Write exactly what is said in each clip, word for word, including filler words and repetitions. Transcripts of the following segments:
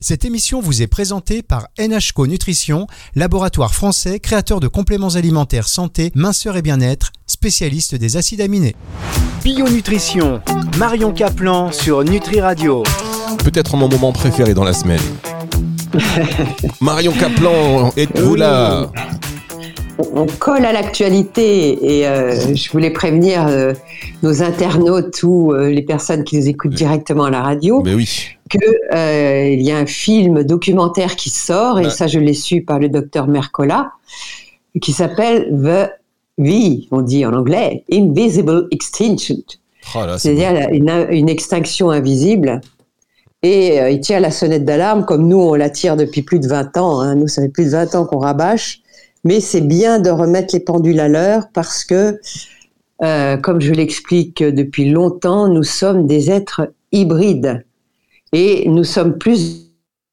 Cette émission vous est présentée par N H C O Nutrition, laboratoire français créateur de compléments alimentaires santé, minceur et bien-être, spécialiste des acides aminés. Bio-nutrition, Marion Caplan sur Nutri Radio. Peut-être mon moment préféré dans la semaine. Marion Caplan, êtes-vous là ? On colle à l'actualité et euh, je voulais prévenir euh, nos internautes ou euh, les personnes qui nous écoutent directement à la radio Mais oui. qu'il euh, y a un film documentaire qui sort, et bah. ça je l'ai su par le docteur Mercola, qui s'appelle The V, on dit en anglais, Invisible Extinction. Oh là, c'est-à-dire c'est une, une extinction invisible. Et euh, il tire la sonnette d'alarme, comme nous on la tire depuis plus de vingt ans, hein. Nous ça fait plus de vingt ans qu'on rabâche. Mais c'est bien de remettre les pendules à l'heure parce que, euh, comme je l'explique depuis longtemps, nous sommes des êtres hybrides et nous sommes plus...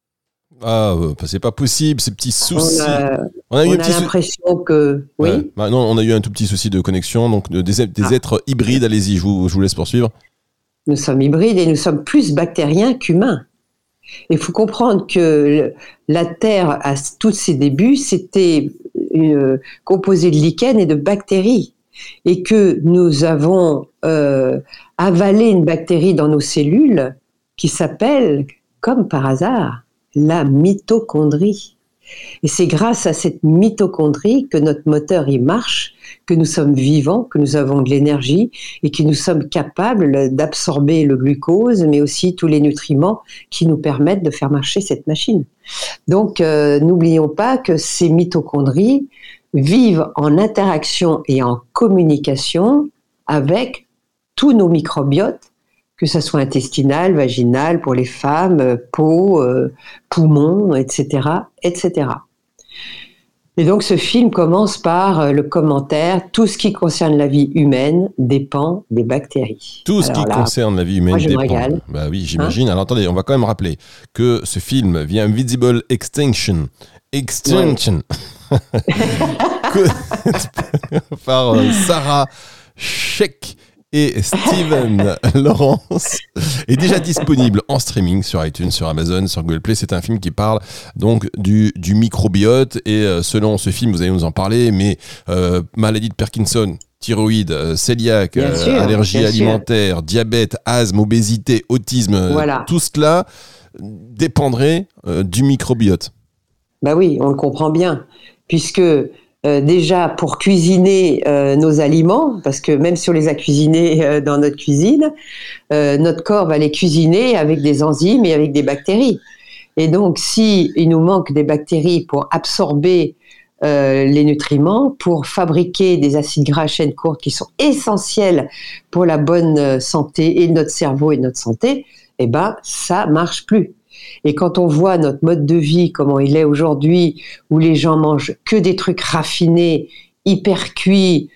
Ah, c'est pas possible, ces petits soucis. On a, on a, eu on un a petit l'impression sou... que... Oui. Ouais. Bah non, on a eu un tout petit souci de connexion, donc des, des ah. êtres hybrides. Allez-y, je vous, je vous laisse poursuivre. Nous sommes hybrides et nous sommes plus bactériens qu'humains. Il faut comprendre que la Terre, à tous ses débuts, c'était euh, composée de lichens et de bactéries. Et que nous avons euh, avalé une bactérie dans nos cellules qui s'appelle, comme par hasard, la mitochondrie. Et c'est grâce à cette mitochondrie que notre moteur y marche, que nous sommes vivants, que nous avons de l'énergie et que nous sommes capables d'absorber le glucose, mais aussi tous les nutriments qui nous permettent de faire marcher cette machine. Donc, euh, n'oublions pas que ces mitochondries vivent en interaction et en communication avec tous nos microbiotes, que ce soit intestinal, vaginal, pour les femmes, peau, euh, poumons, et cetera, et cetera. Et donc, ce film commence par le commentaire « Tout ce qui concerne la vie humaine dépend des bactéries ». Tout ce Alors qui là, concerne la vie humaine moi, je dépend. Me régale. Bah oui, j'imagine. Hein Alors attendez, on va quand même rappeler que ce film via Invisible Extinction, Extinction, ouais. par euh, Sarah Scheck et Steven Lawrence est déjà disponible en streaming sur iTunes, sur Amazon, sur Google Play. C'est un film qui parle donc du, du microbiote et euh, selon ce film, vous allez nous en parler, mais euh, maladie de Parkinson, thyroïde, euh, cœliaque, euh, sûr, allergie alimentaire, sûr. diabète, asthme, obésité, autisme, voilà. Tout cela dépendrait euh, du microbiote. Bah oui, on le comprend bien, puisque Euh, déjà pour cuisiner euh, nos aliments, parce que même si on les a cuisinés euh, dans notre cuisine, euh, notre corps va les cuisiner avec des enzymes et avec des bactéries. Et donc, si il nous manque des bactéries pour absorber euh, les nutriments, pour fabriquer des acides gras à chaîne courte qui sont essentiels pour la bonne santé et de notre cerveau et de notre santé, eh ben, ça marche plus. Et quand on voit notre mode de vie, comment il est aujourd'hui, où les gens mangent que des trucs raffinés, hyper cuits,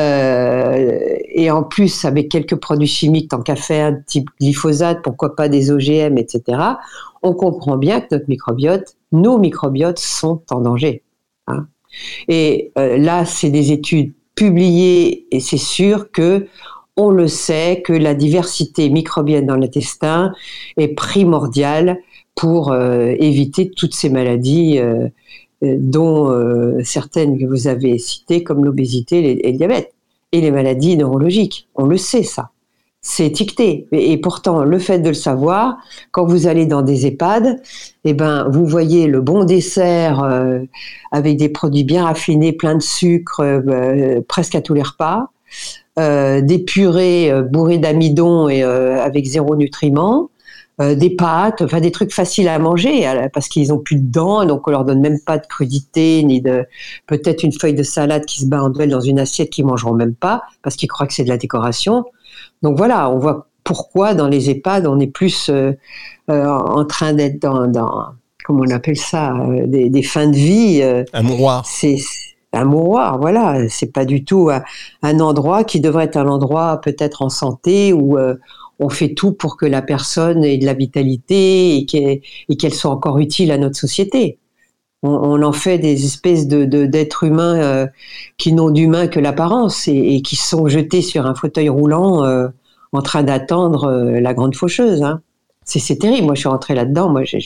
euh, et en plus avec quelques produits chimiques, tant qu'à faire, type glyphosate, pourquoi pas des O G M, et cetera, on comprend bien que notre microbiote, nos microbiotes sont en danger. Hein. Et euh, là, c'est des études publiées, et c'est sûr que on le sait, que la diversité microbienne dans l'intestin est primordiale pour euh, éviter toutes ces maladies euh, euh, dont euh, certaines que vous avez citées, comme l'obésité et, et le diabète, et les maladies neurologiques. On le sait, ça. C'est étiqueté. Et, et pourtant, le fait de le savoir, quand vous allez dans des EHPAD, eh ben, vous voyez le bon dessert euh, avec des produits bien raffinés, plein de sucre, euh, presque à tous les repas, euh, des purées euh, bourrées d'amidon et euh, avec zéro nutriment, Euh, des pâtes, enfin des trucs faciles à manger parce qu'ils ont plus de dents, donc on leur donne même pas de crudité ni de peut-être une feuille de salade qui se bat en duel dans une assiette qu'ils mangeront même pas parce qu'ils croient que c'est de la décoration. Donc voilà, on voit pourquoi dans les EHPAD on est plus euh, euh, en train d'être dans, dans comment on appelle ça, euh, des, des fins de vie. Euh, un mouroir. C'est, c'est un mouroir, voilà. C'est pas du tout un, un endroit qui devrait être un endroit peut-être en santé où euh, on fait tout pour que la personne ait de la vitalité et qu'elle, et qu'elle soit encore utile à notre société. On, on en fait des espèces de, de, d'êtres humains euh, qui n'ont d'humain que l'apparence et, et qui sont jetés sur un fauteuil roulant euh, en train d'attendre euh, la grande faucheuse. Hein. C'est, c'est terrible. Moi, je suis rentrée là-dedans. Moi, j'ai, j'ai,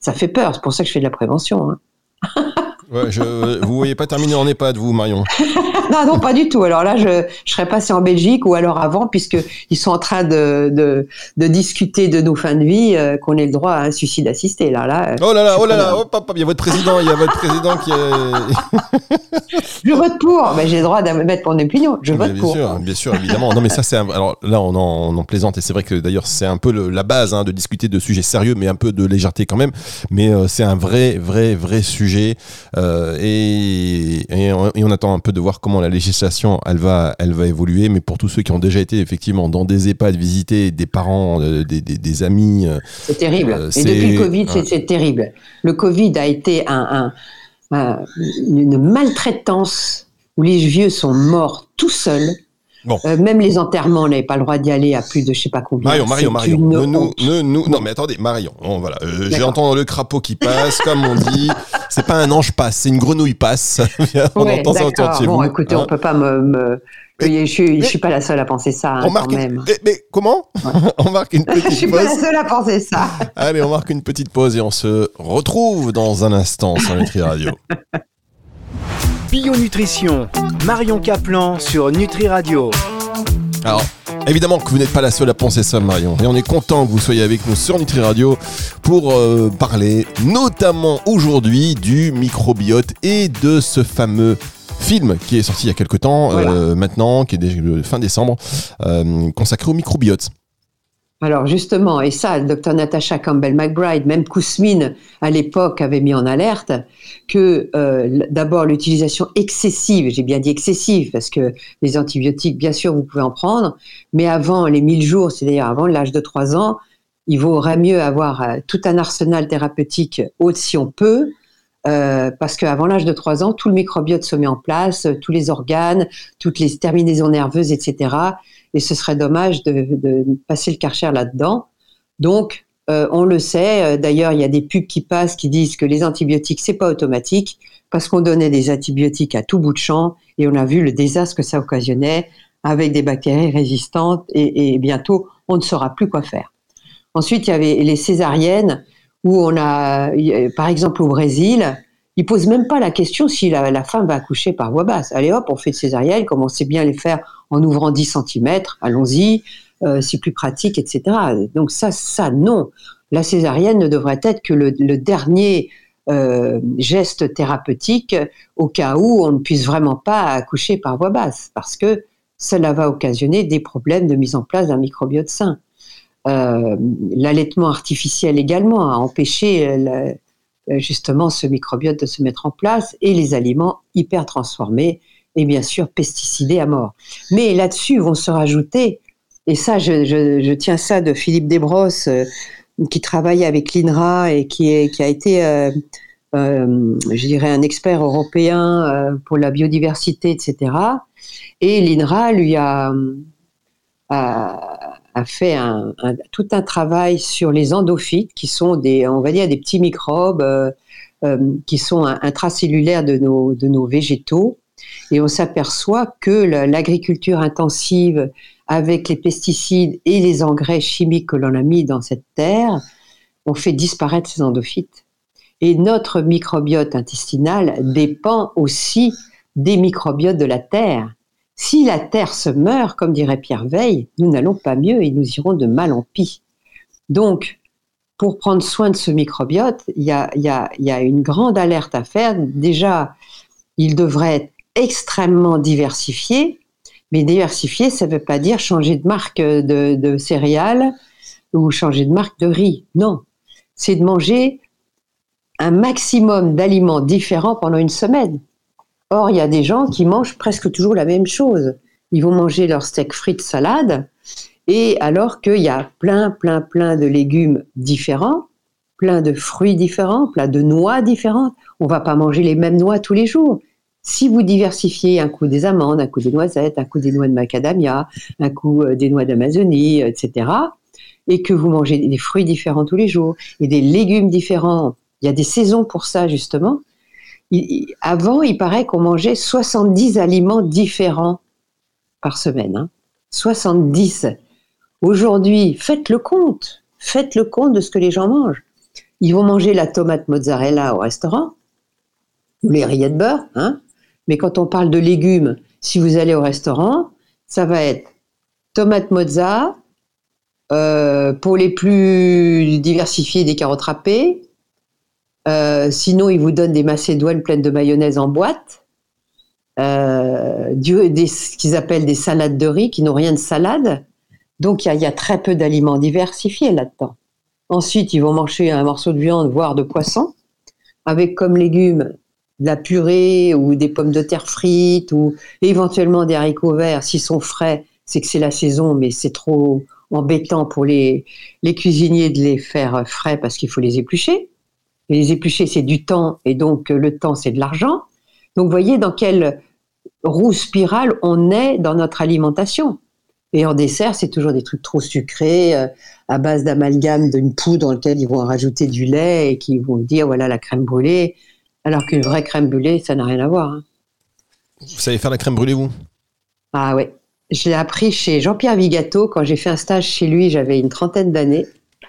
ça fait peur. C'est pour ça que je fais de la prévention. Hein. Ouais, je, vous ne voyez pas terminer en EHPAD, vous, Marion? Non, non, pas du tout. Alors là, je, je serais passée en Belgique ou alors avant, puisqu'ils sont en train de, de, de discuter de nos fins de vie, euh, qu'on ait le droit à un suicide assisté. Là, là, oh là là, oh là là, hop, hop, hop, il y a votre président, il y a votre président qui est... Je vote pour. Ben, j'ai le droit de me mettre mon opinion. Je vote bien pour. Sûr, bien sûr, évidemment. Non, mais ça, c'est un... alors là, on en, on en plaisante et c'est vrai que d'ailleurs, c'est un peu le, la base hein, de discuter de sujets sérieux, mais un peu de légèreté quand même. Mais euh, c'est un vrai, vrai, vrai sujet euh, et, et, on, et on attend un peu de voir comment la législation, elle va, elle va évoluer. Mais pour tous ceux qui ont déjà été effectivement dans des EHPAD, visiter des parents, euh, des, des, des amis, euh, c'est terrible. Euh, et depuis le Covid, c'est, c'est terrible. Le Covid a été un, un, un, une maltraitance où les vieux sont morts tout seuls. Bon. Euh, même les enterrements, on n'avait pas le droit d'y aller à plus de je sais pas combien. Marion, Marion, Marion. Ne, nous, ne, nous, non, mais attendez, Marion. Bon, voilà. Euh, j'ai entendu le crapaud qui passe, comme on dit. C'est pas un ange passe, c'est une grenouille passe. on ouais, entend ça autour de chez bon, vous. Écoutez, hein. on peut pas me. me... Mais, je, suis, je suis pas la seule à penser ça. Hein, on marque quand une... même. mais, mais comment ouais. On marque une petite pause. Je suis pas la seule à penser ça. Allez, on marque une petite pause et on se retrouve dans un instant sur Nutri Radio. Bio Nutrition, Marion Kaplan sur Nutri Radio. Alors, évidemment que vous n'êtes pas la seule à penser ça, Marion. Et on est content que vous soyez avec nous sur Nutri Radio pour euh, parler notamment aujourd'hui du microbiote et de ce fameux film qui est sorti il y a quelques temps, voilà. euh, maintenant, qui est déjà fin décembre, euh, consacré au microbiote. Alors justement, et ça, le docteur Natasha Campbell-McBride, même Kousmine à l'époque avait mis en alerte que euh, d'abord l'utilisation excessive, j'ai bien dit excessive, parce que les antibiotiques, bien sûr, vous pouvez en prendre, mais avant les mille jours, c'est-à-dire avant l'âge de trois ans, il vaudrait mieux avoir euh, tout un arsenal thérapeutique haut si on peut, euh, parce qu'avant l'âge de trois ans, tout le microbiote se met en place, tous les organes, toutes les terminaisons nerveuses, et cetera. Et ce serait dommage de, de passer le Karcher là-dedans. Donc, euh, on le sait. D'ailleurs, il y a des pubs qui passent qui disent que les antibiotiques, c'est pas automatique parce qu'on donnait des antibiotiques à tout bout de champ et on a vu le désastre que ça occasionnait avec des bactéries résistantes et, et bientôt, on ne saura plus quoi faire. Ensuite, il y avait les césariennes où on a, par exemple au Brésil, ils posent même pas la question si la, la femme va accoucher par voie basse. Allez hop, on fait de césarienne, comme on sait bien les faire en ouvrant dix centimètres, allons-y, euh, c'est plus pratique, et cetera. Donc ça, ça non. La césarienne ne devrait être que le, le dernier euh, geste thérapeutique au cas où on ne puisse vraiment pas accoucher par voie basse, parce que cela va occasionner des problèmes de mise en place d'un microbiote sain. Euh, l'allaitement artificiel également a empêché la, justement ce microbiote de se mettre en place et les aliments hyper transformés et bien sûr pesticidés à mort. Mais là-dessus vont se rajouter, et ça je, je, je tiens ça de Philippe Desbrosses euh, qui travaille avec l'I N R A et qui, est, qui a été, euh, euh, je dirais, un expert européen euh, pour la biodiversité, et cetera. Et l'I N R A lui a, a, a fait un, un, tout un travail sur les endophytes, qui sont des, on va dire, des petits microbes euh, euh, qui sont intracellulaires de nos, de nos végétaux. Et on s'aperçoit que l'agriculture intensive, avec les pesticides et les engrais chimiques que l'on a mis dans cette terre, ont fait disparaître ces endophytes. Et notre microbiote intestinal dépend aussi des microbiotes de la terre. Si la terre se meurt, comme dirait Pierre Veille, nous n'allons pas mieux et nous irons de mal en pis. Donc, pour prendre soin de ce microbiote, il y a, y a, y a une grande alerte à faire. Déjà, il devrait être extrêmement diversifié, mais diversifié, ça ne veut pas dire changer de marque de, de céréales ou changer de marque de riz. Non, c'est de manger un maximum d'aliments différents pendant une semaine. Or, il y a des gens qui mangent presque toujours la même chose. Ils vont manger leur steak frites salade, et alors qu'il y a plein, plein, plein de légumes différents, plein de fruits différents, plein de noix différentes. On ne va pas manger les mêmes noix tous les jours. Si vous diversifiez un coup des amandes, un coup des noisettes, un coup des noix de macadamia, un coup des noix d'Amazonie, et cetera, et que vous mangez des fruits différents tous les jours et des légumes différents, il y a des saisons pour ça justement. Il, avant, il paraît qu'on mangeait soixante-dix aliments différents par semaine. Hein. soixante-dix. Aujourd'hui, faites le compte. Faites le compte de ce que les gens mangent. Ils vont manger la tomate mozzarella au restaurant, ou les rillettes beurre, hein. Mais quand on parle de légumes, si vous allez au restaurant, ça va être tomate mozza, euh, pour les plus diversifiés, des carottes râpées. Euh, sinon, ils vous donnent des macédoines pleines de mayonnaise en boîte, euh, du, des, ce qu'ils appellent des salades de riz qui n'ont rien de salade. Donc, il y, y a très peu d'aliments diversifiés là-dedans. Ensuite, ils vont manger un morceau de viande, voire de poisson, avec comme légumes de la purée ou des pommes de terre frites ou éventuellement des haricots verts. S'ils sont frais, c'est que c'est la saison, mais c'est trop embêtant pour les, les cuisiniers de les faire frais parce qu'il faut les éplucher. Et les éplucher, c'est du temps, et donc le temps, c'est de l'argent. Donc, vous voyez dans quelle roue spirale on est dans notre alimentation. Et en dessert, c'est toujours des trucs trop sucrés, euh, à base d'amalgame, d'une poudre dans laquelle ils vont rajouter du lait et qui vont dire, voilà, la crème brûlée. Alors qu'une vraie crème brûlée, ça n'a rien à voir. Hein. Vous savez faire la crème brûlée, vous ? Ah ouais. Je l'ai appris chez Jean-Pierre Vigato. Quand j'ai fait un stage chez lui, j'avais une trentaine d'années.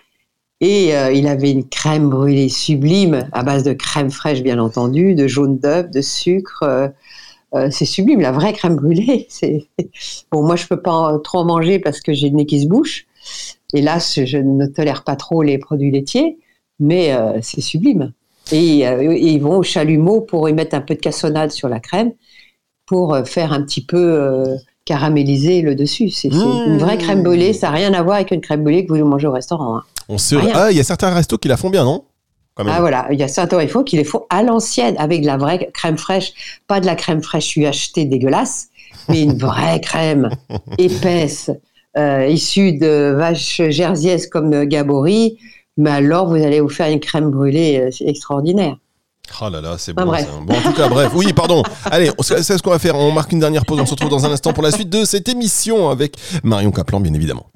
Et euh, il avait une crème brûlée sublime, à base de crème fraîche, bien entendu, de jaune d'œuf, de sucre. Euh, euh, c'est sublime, la vraie crème brûlée. C'est... Bon, moi, je peux pas en, trop en manger parce que j'ai le nez qui se bouche. Hélas, je ne tolère pas trop les produits laitiers, mais euh, c'est sublime. Et, euh, et ils vont au chalumeau pour y mettre un peu de cassonade sur la crème pour faire un petit peu euh, caraméliser le dessus. C'est, c'est mmh. Une vraie crème brûlée, ça n'a rien à voir avec une crème brûlée que vous mangez au restaurant. Hein. On se... Ah, il y a certains restos qui la font bien, non ? Ah voilà, il y a certains restos qui les font à l'ancienne, avec de la vraie crème fraîche, pas de la crème fraîche U H T dégueulasse, mais une vraie crème épaisse, euh, issue de vaches jerseyaises comme Gabory. Mais alors, vous allez vous faire une crème brûlée extraordinaire. Oh là là, c'est bon. Ah, ça. Bon, en tout cas, bref. Oui, pardon. Allez, c'est ce qu'on va faire. On marque une dernière pause. On se retrouve dans un instant pour la suite de cette émission avec Marion Kaplan, bien évidemment.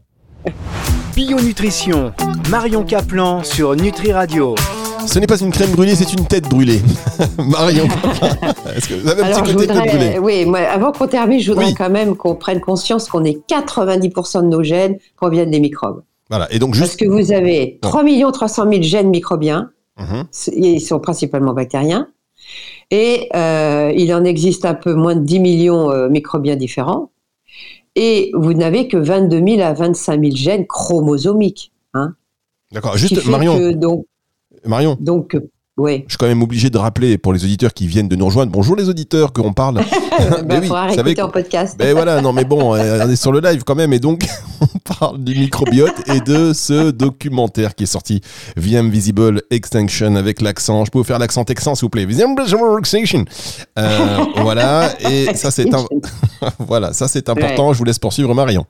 Bio Nutrition, Marion Kaplan sur Nutri Radio. Ce n'est pas une crème brûlée, c'est une tête brûlée. Marion, est-ce que vous avez un Alors, petit côté voudrais, tête brûlée ? Oui, moi, avant qu'on termine, je voudrais oui. quand même qu'on prenne conscience qu'on est quatre-vingt-dix pour cent de nos gènes proviennent des microbes. Voilà, et donc juste... Parce que vous avez trois millions trois cent mille gènes microbiens, mm-hmm. ils sont principalement bactériens, et euh, il en existe un peu moins de dix millions euh, microbiens différents, et vous n'avez que vingt-deux mille à vingt-cinq mille gènes chromosomiques. Hein, D'accord, juste Marion, que, donc, Marion, donc, ouais. je suis quand même obligé de rappeler pour les auditeurs qui viennent de nous rejoindre, bonjour les auditeurs, qu'on parle... ben, ben oui, faudra réécouter en podcast. Ben voilà, non mais bon, on est sur le live quand même, et donc on parle du microbiote et de ce documentaire qui est sorti, The Invisible Extinction, avec l'accent, je peux vous faire l'accent texan s'il vous plaît, The Invisible Extinction, euh, voilà, et ça c'est, un... voilà, ça c'est important, ouais. Je vous laisse poursuivre Marion.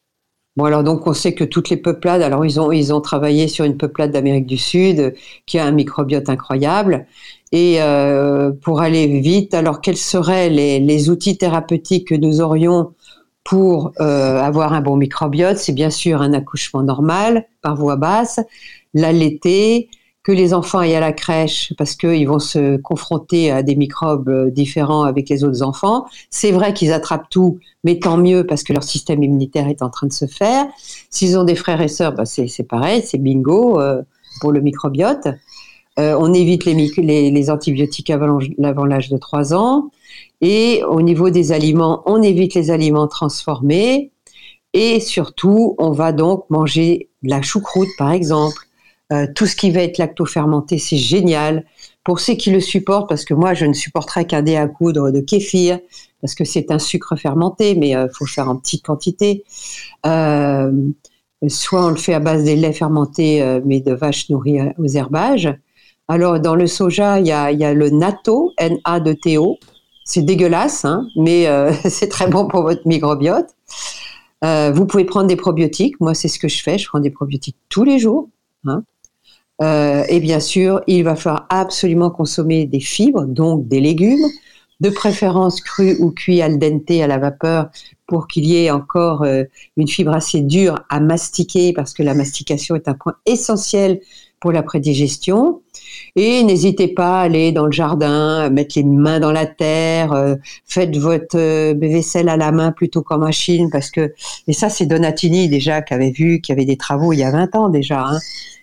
Bon alors donc on sait que toutes les peuplades, alors ils ont ils ont travaillé sur une peuplade d'Amérique du Sud qui a un microbiote incroyable et euh, pour aller vite, alors quels seraient les, les outils thérapeutiques que nous aurions pour euh, avoir un bon microbiote ? C'est bien sûr un accouchement normal par voie basse, l'allaiter, que les enfants aillent à la crèche parce qu'ils vont se confronter à des microbes différents avec les autres enfants. C'est vrai qu'ils attrapent tout, mais tant mieux parce que leur système immunitaire est en train de se faire. S'ils ont des frères et sœurs, bah c'est, c'est pareil, c'est bingo euh, pour le microbiote. Euh, on évite les, les, les antibiotiques avant, avant l'âge de trois ans. Et au niveau des aliments, on évite les aliments transformés. Et surtout, on va donc manger de la choucroute, par exemple. Euh, tout ce qui va être lacto-fermenté, c'est génial. Pour ceux qui le supportent, parce que moi, je ne supporterais qu'un dé à coudre de kéfir, parce que c'est un sucre fermenté, mais il euh, faut le faire en petite quantité. Euh, soit on le fait à base des laits fermentés, euh, mais de vaches nourries aux herbages. Alors, dans le soja, il y a, y a le natto, N A T O. C'est dégueulasse, hein, mais euh, c'est très bon pour votre microbiote. Euh, vous pouvez prendre des probiotiques. Moi, c'est ce que je fais. Je prends des probiotiques tous les jours. Hein. Euh, et bien sûr, il va falloir absolument consommer des fibres, donc des légumes, de préférence crus ou cuits al dente à la vapeur pour qu'il y ait encore euh, une fibre assez dure à mastiquer parce que la mastication est un point essentiel pour la prédigestion. Et n'hésitez pas à aller dans le jardin, mettre les mains dans la terre, euh, faites votre euh, vaisselle à la main plutôt qu'en machine parce que, et ça c'est Donatini déjà qui avait vu, qui avait des travaux il y a vingt ans déjà, hein,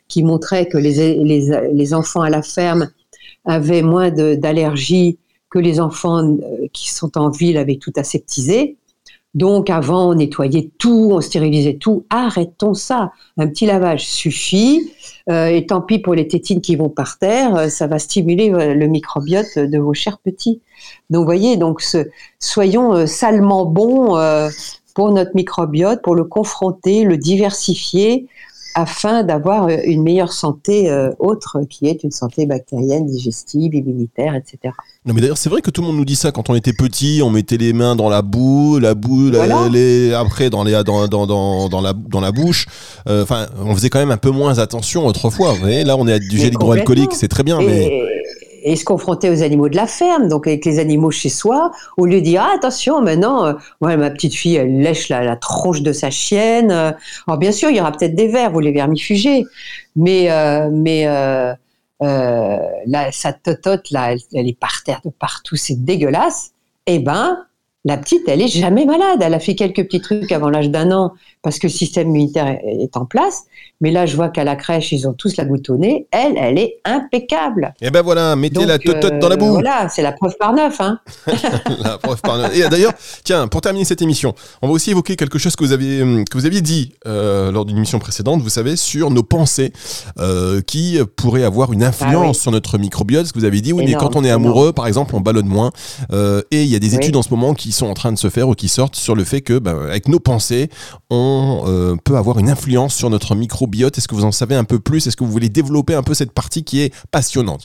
qui montrait que les, les, les enfants à la ferme avaient moins de, d'allergies que les enfants qui sont en ville avec tout aseptisé. Donc avant, on nettoyait tout, on stérilisait tout. Arrêtons ça. Un petit lavage suffit. Euh, et tant pis pour les tétines qui vont par terre, ça va stimuler le microbiote de vos chers petits. Donc, vous voyez, donc, ce, soyons euh, salement bons euh, pour notre microbiote, pour le confronter, le diversifier, afin d'avoir une meilleure santé euh, autre, qui est une santé bactérienne, digestive, immunitaire, et cetera. Non mais d'ailleurs c'est vrai que tout le monde nous dit ça quand on était petit, on mettait les mains dans la boue, la boue, voilà. la, les, après dans les dans dans dans dans la dans la bouche. Enfin, euh, on faisait quand même un peu moins attention autrefois. Vous voyez, là on est à du gel hydroalcoolique, c'est très bien, et, mais et se confronter aux animaux de la ferme, donc avec les animaux chez soi, au lieu de dire ah, attention maintenant, euh, ouais, ma petite fille elle lèche la, la tronche de sa chienne. Euh, alors bien sûr il y aura peut-être des vers, vous les vermifugez, mais euh, mais euh, Euh, là, sa totote, là, elle, elle est par terre de partout, c'est dégueulasse. Eh ben, la petite, elle est jamais malade. Elle a fait quelques petits trucs avant l'âge d'un an parce que le système immunitaire est en place. Mais là, je vois qu'à la crèche, ils ont tous la goutte au nez. Elle, elle est impeccable. Et ben voilà, mettez Donc, la totote euh, dans la boue. Voilà, c'est la preuve par neuf, hein. La preuve par neuf. Et d'ailleurs, tiens, pour terminer cette émission, on va aussi évoquer quelque chose que vous aviez que vous aviez dit euh, lors d'une émission précédente. Vous savez, sur nos pensées euh, qui pourraient avoir une influence ah, oui. sur notre microbiote. Ce que vous avez dit, oui, énorme, mais quand on est amoureux, énorme. Par exemple, on ballonne moins. Euh, et il y a des études oui. en ce moment qui sont en train de se faire ou qui sortent sur le fait que, ben, avec nos pensées, on euh, peut avoir une influence sur notre microbiote. Est-ce que vous en savez un peu plus? Est-ce que vous voulez développer un peu cette partie qui est passionnante?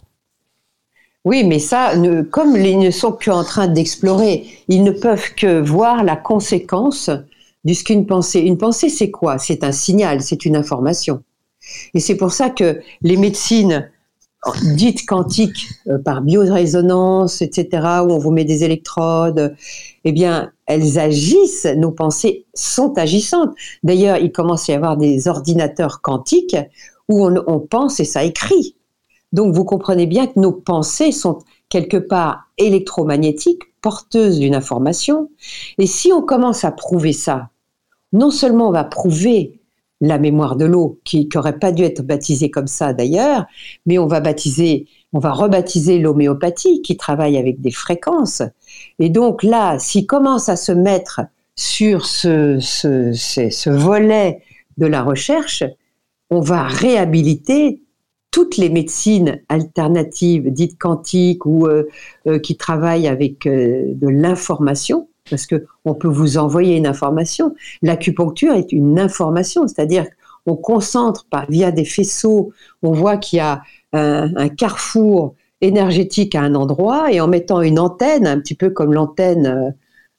Oui, mais ça, ne, comme ils ne sont qu'en train d'explorer, ils ne peuvent que voir la conséquence de ce qu'une pensée. Une pensée, c'est quoi? C'est un signal, c'est une information. Et c'est pour ça que les médecines dites quantiques, euh, par biorésonance, et cetera, où on vous met des électrodes, eh bien, elles agissent, nos pensées sont agissantes. D'ailleurs, il commence à y avoir des ordinateurs quantiques où on, on pense et ça écrit. Donc, vous comprenez bien que nos pensées sont quelque part électromagnétiques, porteuses d'une information. Et si on commence à prouver ça, non seulement on va prouver la mémoire de l'eau, qui n'aurait pas dû être baptisée comme ça d'ailleurs, mais on va baptiser, on va rebaptiser l'homéopathie qui travaille avec des fréquences. Et donc là, s'il commence à se mettre sur ce, ce, ce, ce volet de la recherche, on va réhabiliter toutes les médecines alternatives dites quantiques ou euh, euh, qui travaillent avec euh, de l'information, parce que on peut vous envoyer une information. L'acupuncture est une information, c'est-à-dire qu'on concentre par, via des faisceaux, on voit qu'il y a un, un carrefour énergétique à un endroit, et en mettant une antenne, un petit peu comme l'antenne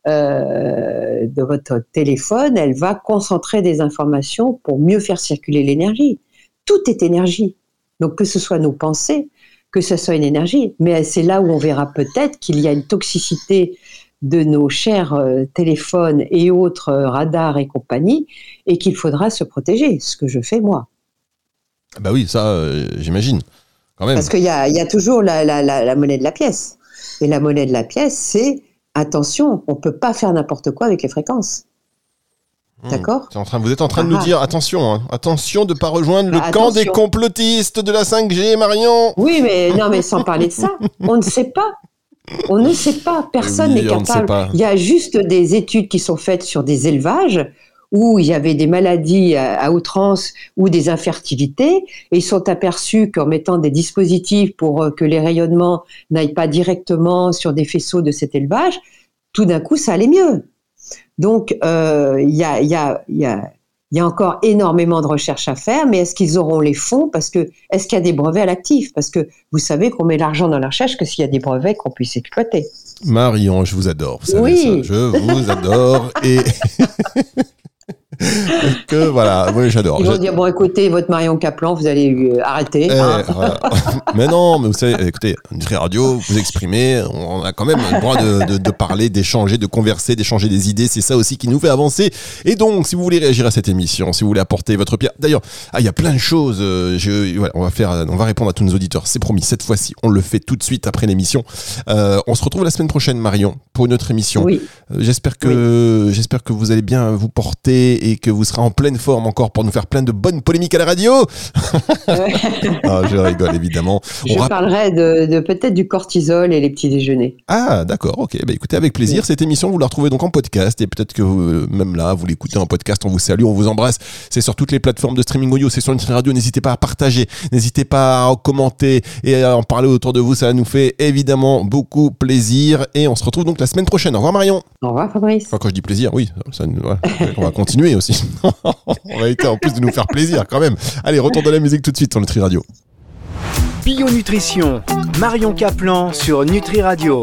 euh, de votre téléphone, elle va concentrer des informations pour mieux faire circuler l'énergie. Tout est énergie. Donc que ce soit nos pensées, que ce soit une énergie, mais c'est là où on verra peut-être qu'il y a une toxicité de nos chers euh, téléphones et autres euh, radars et compagnie, et qu'il faudra se protéger, ce que je fais moi. Bah oui, ça, euh, j'imagine, quand même. Parce qu'il y a, y a toujours la, la, la, la monnaie de la pièce. Et la monnaie de la pièce, c'est, attention, on ne peut pas faire n'importe quoi avec les fréquences. Mmh. D'accord ? en train, Vous êtes en train ah. de nous dire, attention, hein, attention de ne pas rejoindre bah, le attention. camp des complotistes de la cinq G, Marion. Oui, mais, non, mais sans parler de ça, on ne sait pas. On ne sait pas, personne oui, n'est capable. Il y a juste des études qui sont faites sur des élevages où il y avait des maladies à, à outrance ou des infertilités, et ils sont aperçus qu'en mettant des dispositifs pour que les rayonnements n'aillent pas directement sur des faisceaux de cet élevage, tout d'un coup, ça allait mieux. Donc, euh, il y a, il y a, il y a Il y a encore énormément de recherches à faire, mais est-ce qu'ils auront les fonds? Parce que, est-ce qu'il y a des brevets à l'actif? Parce que vous savez qu'on met l'argent dans la recherche que s'il y a des brevets qu'on puisse exploiter. Marion, je vous adore. Vous savez oui. ça. Je vous adore. Et que voilà, oui, j'adore. Ils vont dire, bon, écoutez, votre Marion Kaplan, vous allez euh, arrêter. Eh, hein. Voilà. Mais non, mais vous savez, écoutez, une vraie radio, vous exprimez, on a quand même le droit de, de, de parler, d'échanger, de converser, d'échanger des idées. C'est ça aussi qui nous fait avancer. Et donc, si vous voulez réagir à cette émission, si vous voulez apporter votre pierre, d'ailleurs, ah, il y a plein de choses. Euh, je, voilà, on va faire, on va répondre à tous nos auditeurs. C'est promis. Cette fois-ci, on le fait tout de suite après l'émission. Euh, on se retrouve la semaine prochaine, Marion, pour une autre émission. Oui. Euh, j'espère que, oui. j'espère que vous allez bien vous porter et, et que vous serez en pleine forme encore pour nous faire plein de bonnes polémiques à la radio. Non, je rigole évidemment. Je On parlerai de, de peut-être du cortisol et les petits déjeuners. Ah d'accord, ok. Bah, écoutez, avec plaisir. Oui. Cette émission, vous la retrouvez donc en podcast et peut-être que vous, même là, vous l'écoutez en podcast. On vous salue, on vous embrasse. C'est sur toutes les plateformes de streaming audio, c'est sur Nutri Radio. N'hésitez pas à partager, n'hésitez pas à commenter et à en parler autour de vous. Ça nous fait évidemment beaucoup plaisir et on se retrouve donc la semaine prochaine. Au revoir Marion. Au revoir Fabrice. Enfin, quand je dis plaisir, oui, ça, voilà, on va continuer aussi. On va être en plus de nous faire plaisir quand même. Allez, retour de la musique tout de suite sur Nutri Radio. Bio Nutrition, Marion Caplan sur Nutri Radio.